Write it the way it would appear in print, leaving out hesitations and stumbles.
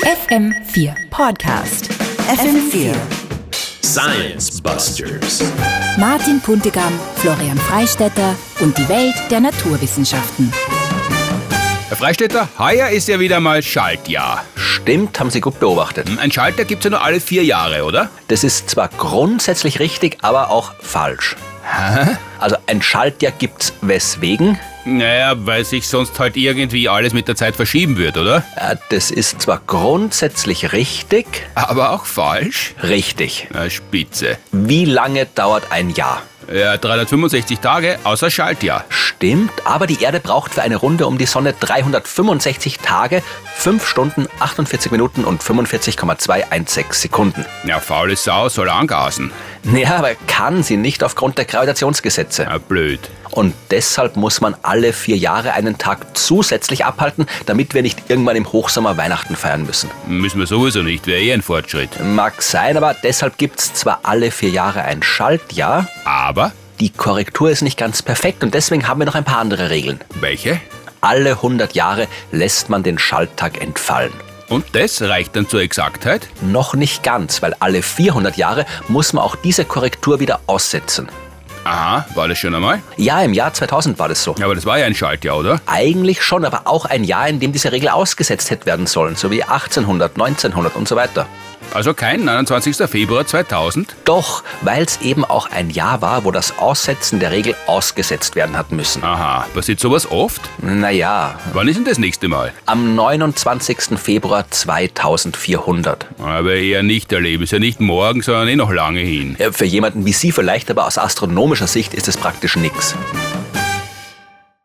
FM4 Podcast. FM4 Science Busters. Martin Puntigam, Florian Freistetter und die Welt der Naturwissenschaften. Herr Freistetter, heuer ist ja wieder mal Schaltjahr. Stimmt, haben Sie gut beobachtet. Ein Schaltjahr gibt's ja nur alle 4 Jahre, oder? Das ist zwar grundsätzlich richtig, aber auch falsch. Hä? Also ein Schaltjahr gibt's weswegen? Naja, weil sich sonst halt irgendwie alles mit der Zeit verschieben wird, oder? Das ist zwar grundsätzlich richtig. Aber auch falsch? Richtig. Na, spitze. Wie lange dauert ein Jahr? Ja, 365 Tage außer Schaltjahr. Stimmt, aber die Erde braucht für eine Runde um die Sonne 365 Tage, 5 Stunden, 48 Minuten und 45,216 Sekunden. Ja, faule Sau soll angasen. Ja, aber kann sie nicht aufgrund der Gravitationsgesetze. Ja, blöd. Und deshalb muss man alle 4 Jahre einen Tag zusätzlich abhalten, damit wir nicht irgendwann im Hochsommer Weihnachten feiern müssen. Müssen wir sowieso nicht, wäre eh ein Fortschritt. Mag sein, aber deshalb gibt's zwar alle 4 Jahre ein Schaltjahr, Aber? die Korrektur ist nicht ganz perfekt und deswegen haben wir noch ein paar andere Regeln. Welche? Alle 100 Jahre lässt man den Schalttag entfallen. Und das reicht dann zur Exaktheit? Noch nicht ganz, weil alle 400 Jahre muss man auch diese Korrektur wieder aussetzen. Aha, war das schon einmal? Ja, im Jahr 2000 war das so. Ja, aber das war ja ein Schaltjahr, oder? Eigentlich schon, aber auch ein Jahr, in dem diese Regel ausgesetzt hätte werden sollen, so wie 1800, 1900 und so weiter. Also kein 29. Februar 2000? Doch, weil es eben auch ein Jahr war, wo das Aussetzen der Regel ausgesetzt werden hat müssen. Aha, passiert sowas oft? Naja, Wann ist denn das nächste Mal? am 29. Februar 2400. Aber eher nicht erleben. Ist ja nicht morgen, sondern eh noch lange hin. Für jemanden wie Sie vielleicht, aber aus astronomischer Sicht ist es praktisch nix.